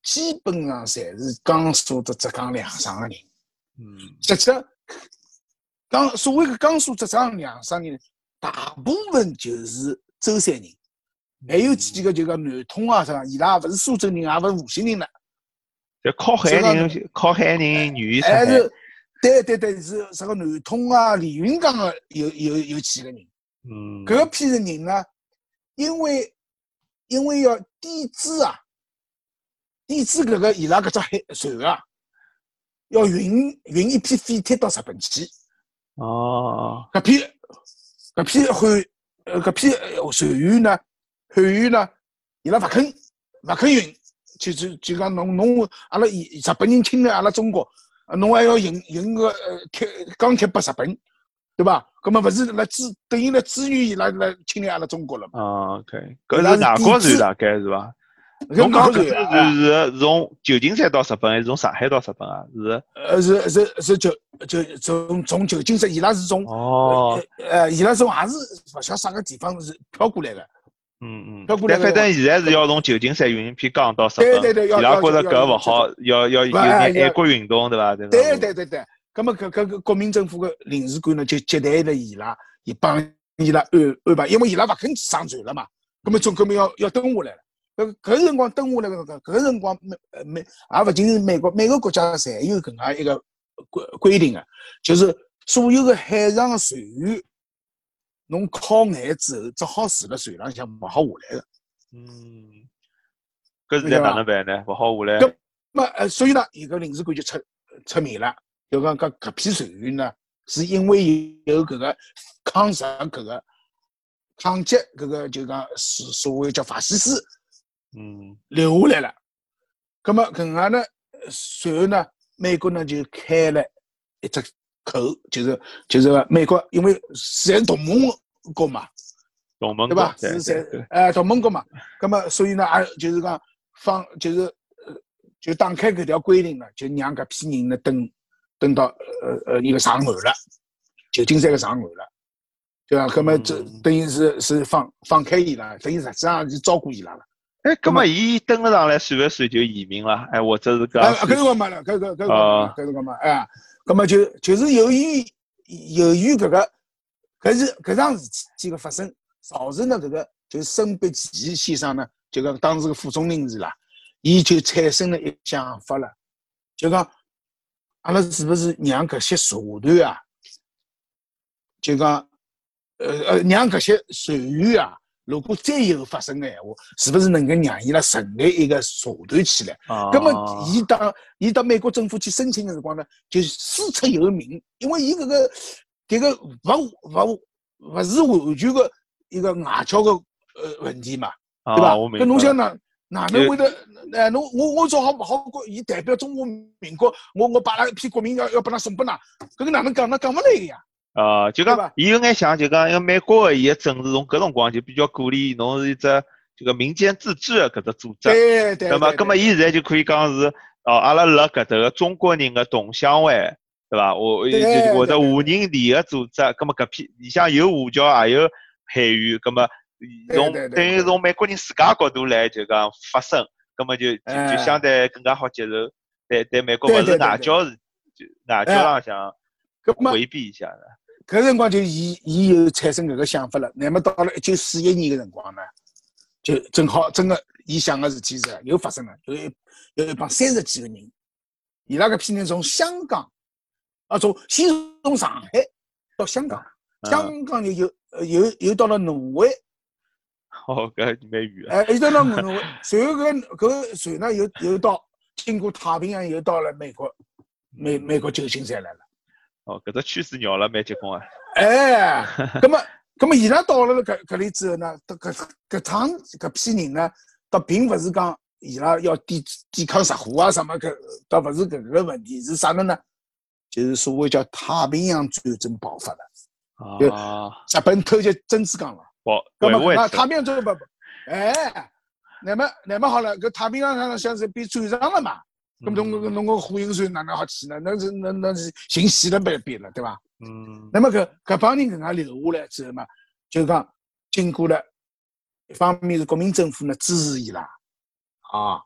基本上侪是江苏和浙江两省的人。 嗯， 实际上，江所谓的江苏、浙江两省人，大部分就是舟山人，还有几个就讲南通啊啥，伊拉也勿是苏州人，也勿是无锡人了。 就靠海人，靠海人愿意出海。 还是对对对，是啥个南通啊、连云港啊，有有有几个人。 嗯， 搿个批人呢，因为因为要抵制啊，抵制搿个伊拉搿只海船啊，要运运一批废铁到日本去。 哦， 搿批搿批汉呃搿批船员呢，汉员呢，伊拉勿肯勿肯运，就就就讲侬侬阿拉日本人侵略阿拉中国，侬还要运运个呃铁钢铁拨日本，对伐？搿么勿是来支等于来支援伊拉来侵略阿拉中国了嘛？ 哦 ，OK，搿是外国船大概是伐？侬讲搿艘船是从旧金山到日本，还是从上海到日本啊？是？ 呃，是是是旧就从从旧金山，伊拉是从哦， 呃伊拉从也是勿晓得啥个地方是飘过来的。 嗯嗯。 飘过来。 但反正现在是要从旧金山运一批钢到日本。 对对对， 伊拉觉着搿勿好，要要有点爱国运动，对伐？ 对对对对。咁么搿搿个国民政府个领事馆呢，就接待了伊拉，也帮伊拉安安排，因为伊拉勿肯上船了嘛，咁么总归么要要登下来了。搿搿辰光登下来搿个搿辰光美美也勿仅是美国，每个国家侪有搿样一个规规定个，就是所有个海上个船员，侬靠岸之后，只好住辣船浪向，勿好下来个。 嗯，搿现在哪能办呢？勿好下来。 咁么呃，所以呢，伊个领事馆就出出面了。就讲搿搿批船员呢，是因为有搿个抗日搿个抗击搿个就讲所所谓叫法西斯， 嗯， 留下来了。葛么搿样呢，随后呢，美国呢就开了一只口，就是就是美国，因为侪是同盟国嘛， 同盟对吧？是侪哎同盟国嘛。葛么所以呢，也就是讲放就是呃就打开搿条规定了，就让搿批人呢登。登到呃呃一个上岸了，旧金山个上岸了，对吧？那么这等于是是放放开伊拉，等于实际上是照顾伊拉了。 哎，那么伊登了上来，算不算就移民了？哎，或者是搿？ 啊，搿辰光没了，搿搿搿辰光，搿辰光没，哎，那么就就是由于由于搿个搿是搿桩事体个发生，造成了搿个就是孙必奇先生呢，就讲当时个副总领事啦，伊就产生了一个想法了，就讲。阿拉是不是让搿些社团啊，就讲，呃呃，让搿些船员啊，如果再有发生个闲话，是不是能够让伊拉成立一个社团起来？那么，伊到伊到美国政府去申请个辰光呢，就师出有名，因为伊搿个迭个勿勿勿是完全个一个外交个呃问题嘛，对吧？搿侬想哪哪能会得？哎，侬我我做好勿好国，伊代表中华民国，我我把那一批国民要要把他送拨㑚，搿个哪能讲？那讲勿来个呀。 啊，就讲伊有眼像，就讲因为美国个伊个政治从搿辰光就比较鼓励侬是一只这个民间自治搿只组织。 对对。 那么，搿么伊现在就可以讲是哦，阿拉辣搿头个中国人个同乡会，对伐？我或者华人联合组织，搿么搿批里向有华侨也有海员，搿么从等于从美国人自家角度来就讲发声。咁么就就就相对更加好接受，对对，美国勿是外交是就外交浪向回避一下的。 搿辰光就伊伊有产生搿个想法了。那么到了一九四一年个辰光呢，就正好真个伊想个事体是又发生了，有一有一帮三十几个人，伊拉搿批人从香港啊，从先从上海到香港，香港又又又又到了挪威。 哦，搿蛮远啊！哎，一直到挪威，随后搿搿船呢，又又到经过太平洋，又到了美国，美美国旧金山来了。 哦，搿只趋势绕了蛮结棍啊！ 哎，葛么葛么伊拉到了搿搿里之后呢，搿搿趟搿批人呢，倒并勿是讲伊拉要抵抵抗日货啊什么搿，倒勿是搿个问题，是啥的呢？就是所谓叫太平洋战争爆发了。啊！日本偷袭珍珠港了。 哦， 那么太平洋战争不，哎，那么那么好了，搿太平洋上像是变战场了嘛？咁侬侬侬个火影船哪能好去呢？那是那那是寻死了别别了，对伐？嗯。那么搿搿帮人搿能留下来之后嘛，就讲经过了，一方面是国民政府呢支持伊拉，啊，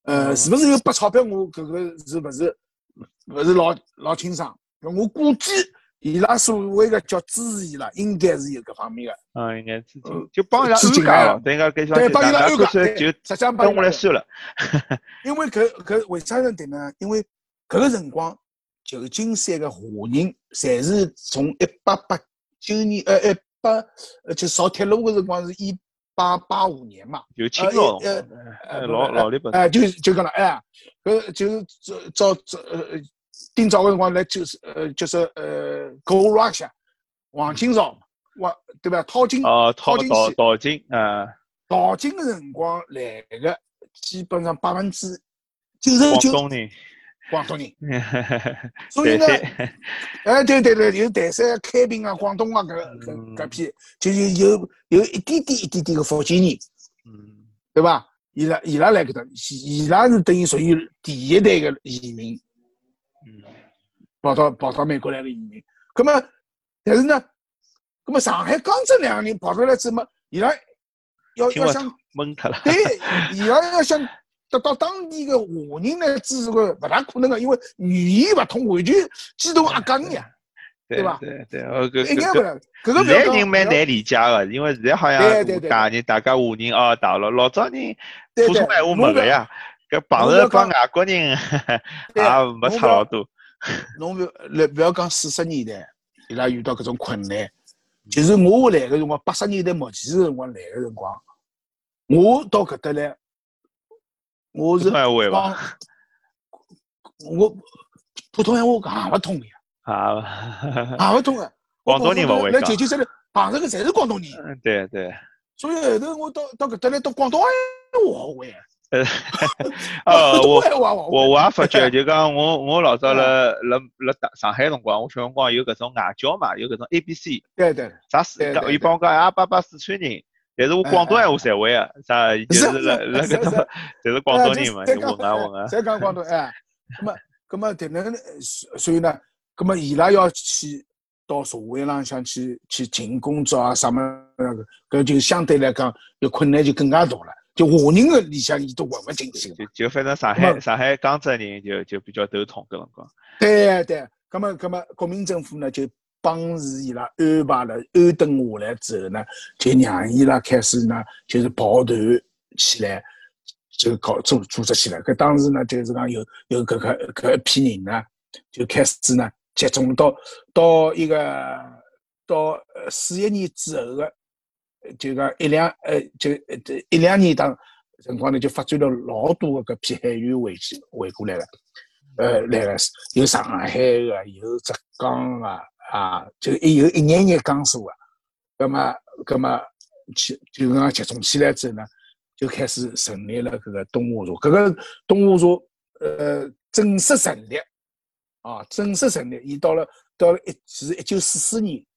呃，是不是有拨钞票？我搿个是勿是勿是老老清爽？我估计伊拉所谓的叫支持伊拉，应该是有搿方面的。 嗯，应该资金就帮伊拉资金安家咯，等于讲搿对，帮伊拉安家， 干脆就实际上跟我来算了。 因为搿搿为啥能对呢？因为搿个辰光旧金山个华人，侪是从一八八九年呃一八呃就造铁路个辰光是一八八五年嘛， 就清朝呃呃老老日本哎，就就讲了哎，搿就是早早呃丁早个辰光来就是呃就是呃 Go Russia 黄金朝哇对吧？淘金哦，淘金淘淘金啊， 淘金个辰光来个基本上百分之九十九广东人。 广东人，所以呢，哎，对对对，有台山、开平啊、广东啊，搿搿搿批，就有有有一点点一点点个福建人， 嗯， 对吧？伊拉伊拉来搿搭，伊拉是等于属于第一代个移民， 嗯， 跑到跑到美国来个移民。葛么，但是呢，葛么上海、江浙两个人跑过来之后，伊拉要要想懵脱了， 对，伊拉要想。得到当地的华人来支持个不大可能个，因为语言勿通，完全鸡同鸭讲呀，对吧？ 对对，呃，搿应该不能。搿个现在人蛮难理解个，因为现在好像大人大家华人哦大陆，老早人普通闲话没个呀，搿碰着帮外国人也没差老多。 侬勿来勿要讲四十年代，伊拉遇到搿种困难，就是我来个辰光，八十年代末期个辰光来个辰光，我到搿搭来。我是讲， 我普通闲话讲勿通呀， 啊， 讲勿通个。 广东人勿会讲。 来九九三来碰着个侪是广东人。 嗯，对对。 所以后头我到到搿搭来，到广东话我会。 呃，哦，我我我我也发觉，就讲我我老早辣辣辣上海辰光，我小辰光有搿种外教嘛，有搿种 A B C。 对对。 啥四讲，伊帮我讲啊，爸爸四川人。但是我广东闲话侪会个，啥就是辣辣搿种，就是广东人嘛，就混啊混啊。 侪讲广东哎，咁么咁么，但能所以呢，咁么伊拉要去到社会浪向去去寻工作啊，啥么那个，搿就相对来讲，要困难就更加大了。就华人个里向，伊都混勿进去就就反正上海上海江浙人就就比较头痛搿辰光。 对对，咁么咁么，国民政府呢就。帮助伊拉安排了安顿下来之后呢，就让伊拉开始呢，就是抱团起来，就搞组组织起来。搿当时呢，就是讲有有搿个搿一批人呢，就开始呢集中到到一个到四一年之后个，就讲一两呃就一两年当辰光呢，就发展了老多个搿批海员回去回过来了，呃来了有上海个，有浙江个。啊，就有一眼眼江苏啊，那么，那么去就讲集中起来之后呢，就开始成立了这个东华社。这个东华社，呃，正式成立啊，正式成立，伊到了到了一是一九四四年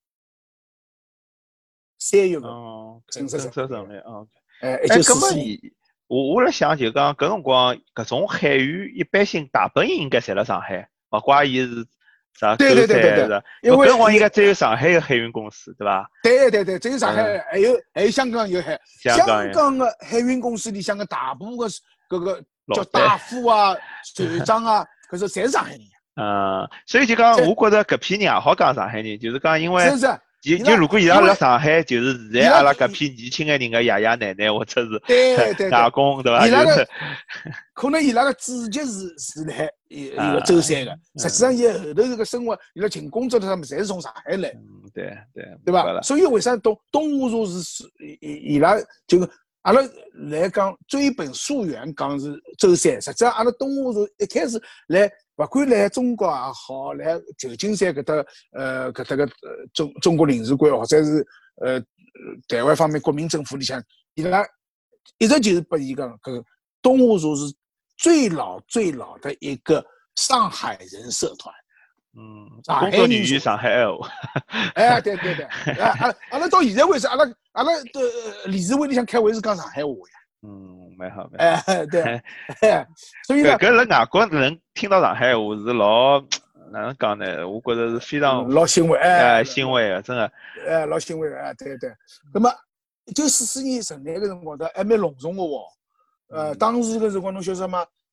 三月份正式成立啊。 哎，一九四四年。 我我辣想就讲搿辰光搿种海员一般性大本营应该侪辣上海，勿怪伊是。啥？ 对对对对对， 因为搿辰光应该只有上海有海运公司，对伐？ 对对对，只有上海，还有还有香港有海， 香港的海运公司里向个大部个搿个叫大副啊、船长啊，搿是侪是上海人。 嗯，所以就讲，我觉着搿批人也好讲上海人，就是讲因为。 是是。 就就如果伊拉辣上海，就是现在阿拉搿批年轻个人个爷爷奶奶或者是对对外公，对伐？ 伊拉个可能伊拉个祖籍是是辣海一一个舟山个，实际上伊后头这个生活，伊拉寻工作的他们侪是从上海来。 嗯，对对， 对吧？所以为啥东东华社是伊伊拉就阿拉来讲追本溯源，讲是舟山，实际上阿拉东华社一开始来。不管来中国也好，来旧金山搿搭，呃，搿搭个中中国领事馆，或者是呃台湾方面国民政府里向，伊拉一直就是拨伊讲，搿东华社是最老最老的一个上海人社团。 嗯， 上海女语上海闲话。 哎，对对对，啊阿阿拉到现在为止，阿拉阿拉的理事会里向开会是讲上海话呀。 嗯，蛮好蛮好。哎，对，哎，所以呢， 搿辣外国人听到上海话是老哪能讲呢？我觉着是非常老欣慰， 哎，欣慰的，真的。 哎，老欣慰的，哎，对对。那么一九四四年成立个辰光，它还蛮隆重个哦。呃，当时个辰光侬晓得嘛？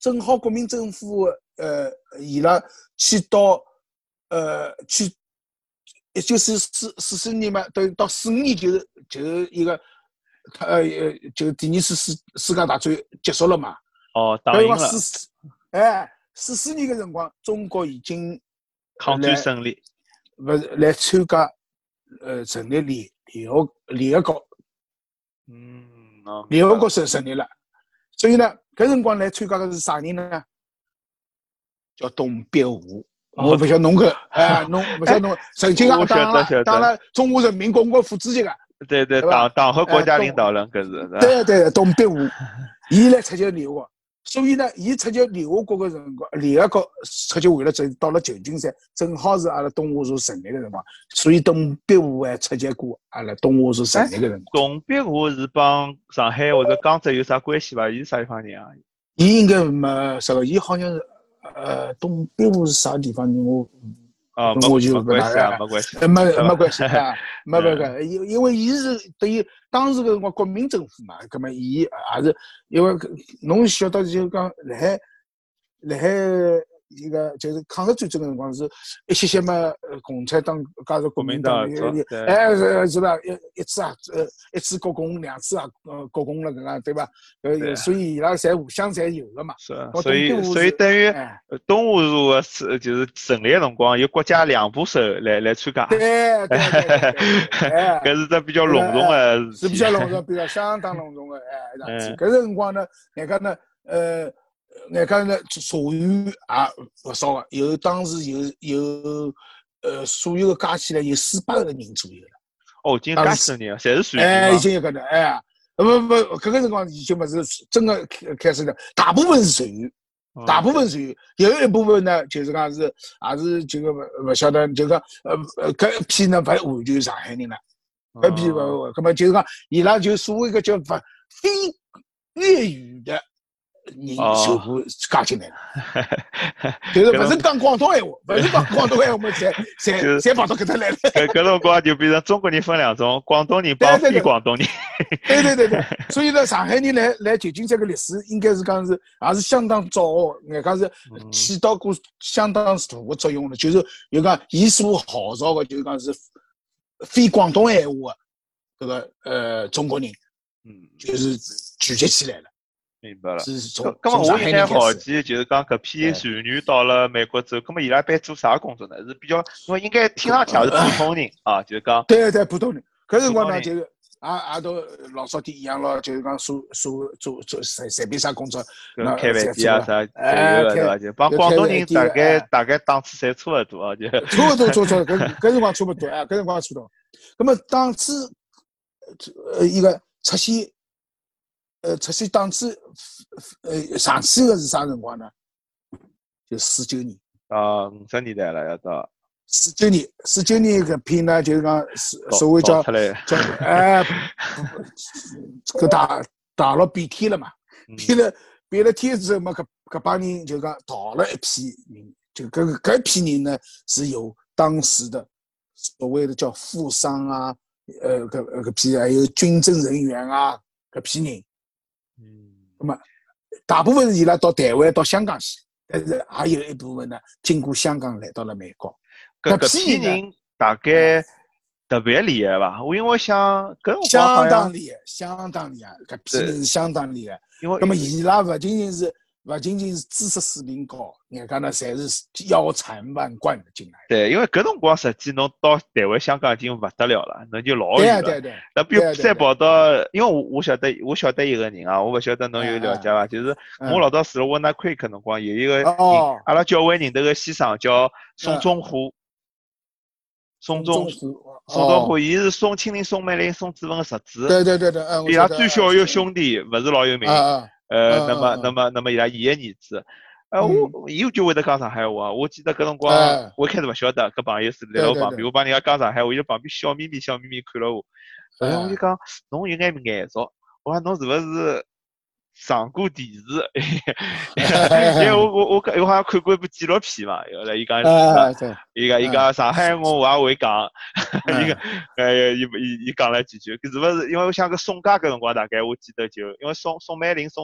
正好国民政府呃伊拉去到呃去，也就是四四四年嘛，等到四五年就是就是一个他呃就第二次世世界大战结束了嘛。 哦，打赢了。 四哎，四四年个辰光，中国已经抗战胜利， 勿是来参加呃成立联联合联合国。 嗯，哦、 联合国成成立了，所以呢，搿辰光来参加的是啥人呢？叫董必武。我不晓得侬搿，哎，侬不晓得侬曾经啊当了当了中华人民共和国副主席个。 对对，党党和国家领导人搿是。 对对，董必武，伊来出席联合国。所以呢，伊出席联合国个辰光，联合国出席会了之后，到了旧金山，正好是阿拉东华社成立个辰光，所以董必武还出席过阿拉东华社成立个辰光。 董必武是帮上海或者江浙有啥关系伐？伊是啥地方人啊？ 伊应该没啥个，伊好像是呃，董必武是啥地方人？我啊， 我就没关系啊，没关系， 没没关系啊，没没关，因因为伊是等于当时个辰光国民政府嘛，葛么伊也是因为侬晓得就讲辣海辣海一个就是抗日战争个辰光是一些些嘛，共产党加入国民党，哎是是吧？一一次啊，呃一次国共，两次啊，呃国共了搿个对吧？呃，所以伊拉侪互相侪有个嘛。 是，所以所以等于东华社个是就是成立个辰光，有国家两部手来来参加。 对对对， 搿是只比较隆重个事体。 是比较隆重，比较相当隆重个哎样子。搿辰光呢，人家呢，呃。人家呢，社员也勿少个，有当时有有呃，所有的加起来有四百个人左右了。 哦，已经加起来人，侪是社员。 哎，已经有搿能，哎，不不，搿个辰光已经勿是真个开开始了，大部分是社员，大部分社员，有一部分呢，就是讲是也是这个勿勿晓得，就讲呃呃，搿一批呢勿完全上海人了，搿批勿，搿么就是讲伊拉就所谓个叫勿非粤语的。人全部加进来了，就是勿是讲广东闲话，勿是讲广东闲话嘛，侪侪侪跑到搿搭来了。 搿搿辰光就变成中国人分两种，广东人帮非广东人。 对对对对，所以呢，上海人来来旧金山个历史，应该是讲是也是相当早，人家是起到过相当大个作用的，就是有讲伊所号召个，就是讲是非广东闲话个搿个呃中国人，嗯，就是聚集起来了。 明白了。 是从咁么我应该好奇，就是讲搿批船员到了美国之后，咁么伊拉一般做啥工作呢？是比较，因为应该听上去也是普通人啊，就是讲。 对对，普通人。搿辰光呢，就是也也都老早点一样咯，就是讲做做做做随随便啥工作， 跟开饭店啊啥都有对伐？就帮广东人大概大概档次侪差勿多啊，就。 差勿多，差勿多，搿搿辰光差勿多啊，搿辰光差勿多。咁么档次，呃，一个出现。呃，出现档次，呃，上去个是啥辰光呢？就四九年。 啊，五十年代了，要到。 四九年，四九年搿批呢，就是讲所谓叫叫哎，搿大大陆变天了嘛，变了变了天之后嘛，搿搿帮人就讲逃了一批人，就搿搿一批人呢，是由当时的所谓的叫富商啊，呃，搿搿批还有军政人员啊，搿批人。嗯，那么大部分伊拉到台湾、到香港去，但是还有一部分呢，经过香港来到了美国。 搿批人大概特别厉害伐？我因为想搿相当厉害，相当厉害，搿批人是相当厉害。因为，那么伊拉勿仅仅是勿仅仅是知识水平高，人家呢侪是腰缠万贯的进来。 对，因为搿辰光实际侬到台湾、香港已经勿得了了，侬就老远了。 对对对。 那比如再跑到，因为我我晓得，我晓得一个人啊，我勿晓得侬有了解伐？就是我老早住了 Walnut Creek 辰光，有一个人，阿拉教会认得个先生叫宋仲虎。宋仲虎，宋仲虎，伊是宋庆龄、宋美龄、宋子文的侄子。 对对对对， 伊拉最小一个兄弟，勿是老有名。呃，那么，那么，那么伊拉伊个儿子，呃，我伊就会得讲上海话。我记得搿辰光，我一开始勿晓得，搿朋友是来我旁边，我帮人家讲上海话，伊旁边笑眯眯、笑眯眯看了我。然后我就讲，侬有眼眼熟，我讲侬是勿是上过电视？因为我我我我好像看过一部纪录片嘛，后来伊讲，伊讲伊讲上海话我也会讲，伊个呃伊伊伊讲了几句，是勿是？因为我想搿宋家搿辰光大概我记得就因为宋宋美龄宋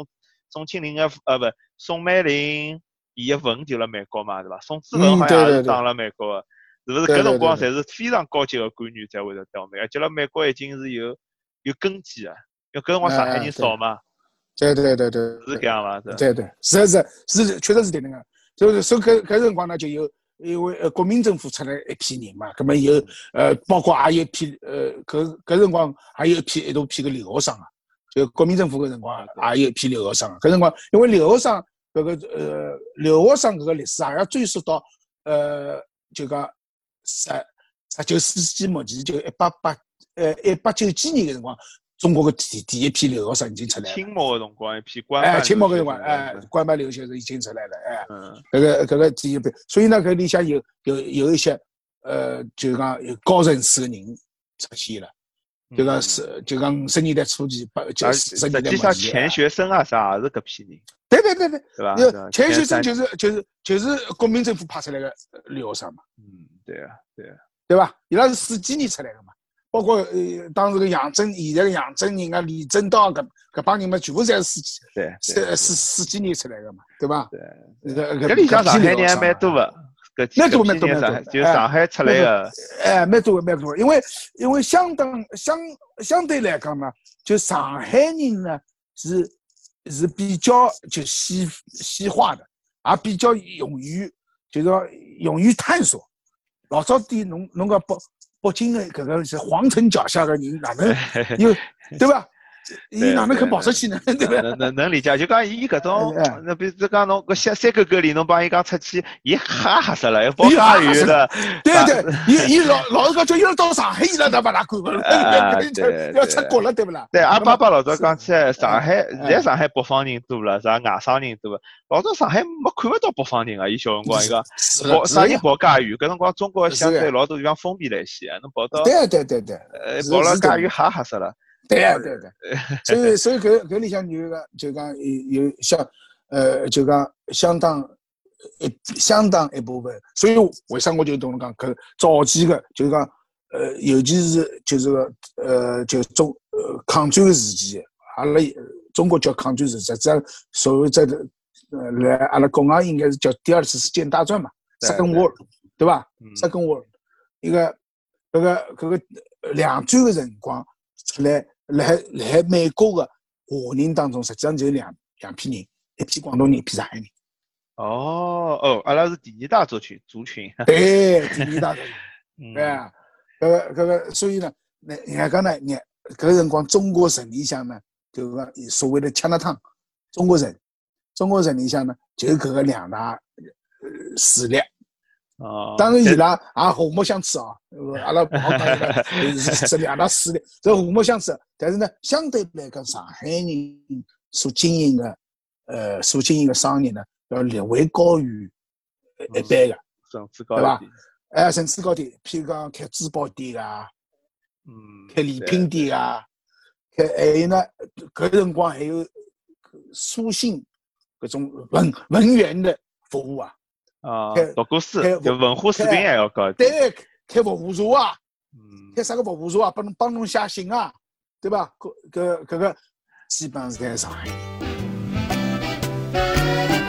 宋庆龄个呃不，宋美龄伊个坟就辣美国嘛，对伐？宋子文好像也是葬辣美国个，是勿是？搿辰光侪是非常高级个官员才会得到美，而且辣美国已经是有有根基个，因为搿辰光上海人少嘛。 对对对对， 是搿样伐？ 对对，是是是，确实是迭能个。就是所以搿搿辰光呢，就有因为呃国民政府出来一批人嘛，葛末有呃包括也有一批呃搿搿辰光还有一批一大批个留学生啊，就国民政府搿辰光也有一批留学生啊。搿辰光因为留学生搿个呃留学生搿个历史也要追溯到呃就讲十十九世纪末期，就一八八呃一八九几年个辰光。中国个第第一批留学生已经出来了， 清末个辰光一批官办， 哎，清末个辰光，哎，官办留学生已经出来了，哎， 嗯， 搿个搿个第一批，所以呢，搿里向有有有一些呃，就讲有高层次个人出现了，就讲是就讲五十年代初期，八九四十年代末期， 实际上钱学森啊啥也是搿批人， 对对对对， 对吧？ 钱学森就是就是就是国民政府派出来个留学生嘛， 嗯，对啊对啊， 对吧？伊拉是四几年出来个嘛。包括呃，当时个杨振，现在个杨振宁啊、李政道搿搿帮人嘛，全部侪是四几， 对， 是是四几年出来个嘛，对吧？ 对，搿搿里向上海人还蛮多个， 蛮多蛮多蛮多， 就上海出来个， 哎，蛮多蛮多，因为因为相当相相对来讲嘛，就上海人呢是是比较就西西化的，也比较勇于就是说勇于探索。老早点侬侬个北北京的搿个是皇城脚下的人，哪能有对吧？伊哪能肯跑出去呢？对吧？ 能能能理解，就讲伊搿种，那比如讲侬搿三三沟沟里，侬帮伊讲出去，伊吓吓死了，要跑介远的。 对对，伊伊老老是讲叫伊要到上海，伊拉都勿大管个了，要出国了，对不啦？ 对，阿爸爸老早讲起来，上海现在上海北方人多了，啥外省人多了，老早上海没看勿到北方人啊！伊小辰光伊讲，跑啥人跑介远？搿辰光中国相对老多地方封闭了一些，侬跑到对对对对， 呃跑了介远吓吓死了。 对啊，对对，所以所以搿搿里向有个就讲有有相呃就讲相当一相当一部分，所以为啥我就同侬讲搿早期个就是讲呃尤其是就是个呃就中呃抗战个时期，阿拉中国叫抗战时期，实际上所谓在呃来阿拉国外应该是叫第二次世界大战嘛 ，Second War， 对吧 ？Second War， 一个搿个搿个两战个辰光出来。来来美国的华人当中，实际上就两两批人，一批广东人，一批上海人。 哦哦，阿拉是第二大族群族群。 对，第二大族群。对啊，搿个搿个，所以呢，那眼讲呢，眼搿辰光中国城里向呢，就讲所谓的枪塔汤，中国城，中国城里向呢，就搿个两大呃势力。 哦， 当然伊拉也和睦相处啊，阿拉不好讲伊拉是两大势力，这和睦相处。但是呢，相对来讲，上海人所经营的，呃，所经营的商业呢，要略微高于一般的， 层次高对吧？哎，层次高点，譬如讲开珠宝店啊， 嗯， 开礼品店啊，开还有呢，搿辰光还有书信搿种文文员的服务啊。 啊，读过书，就文化水平还要高一点。对，开服务社啊， 嗯， 开啥个服务社啊？帮侬帮侬写信啊，对吧？搿搿搿个基本上是在上海。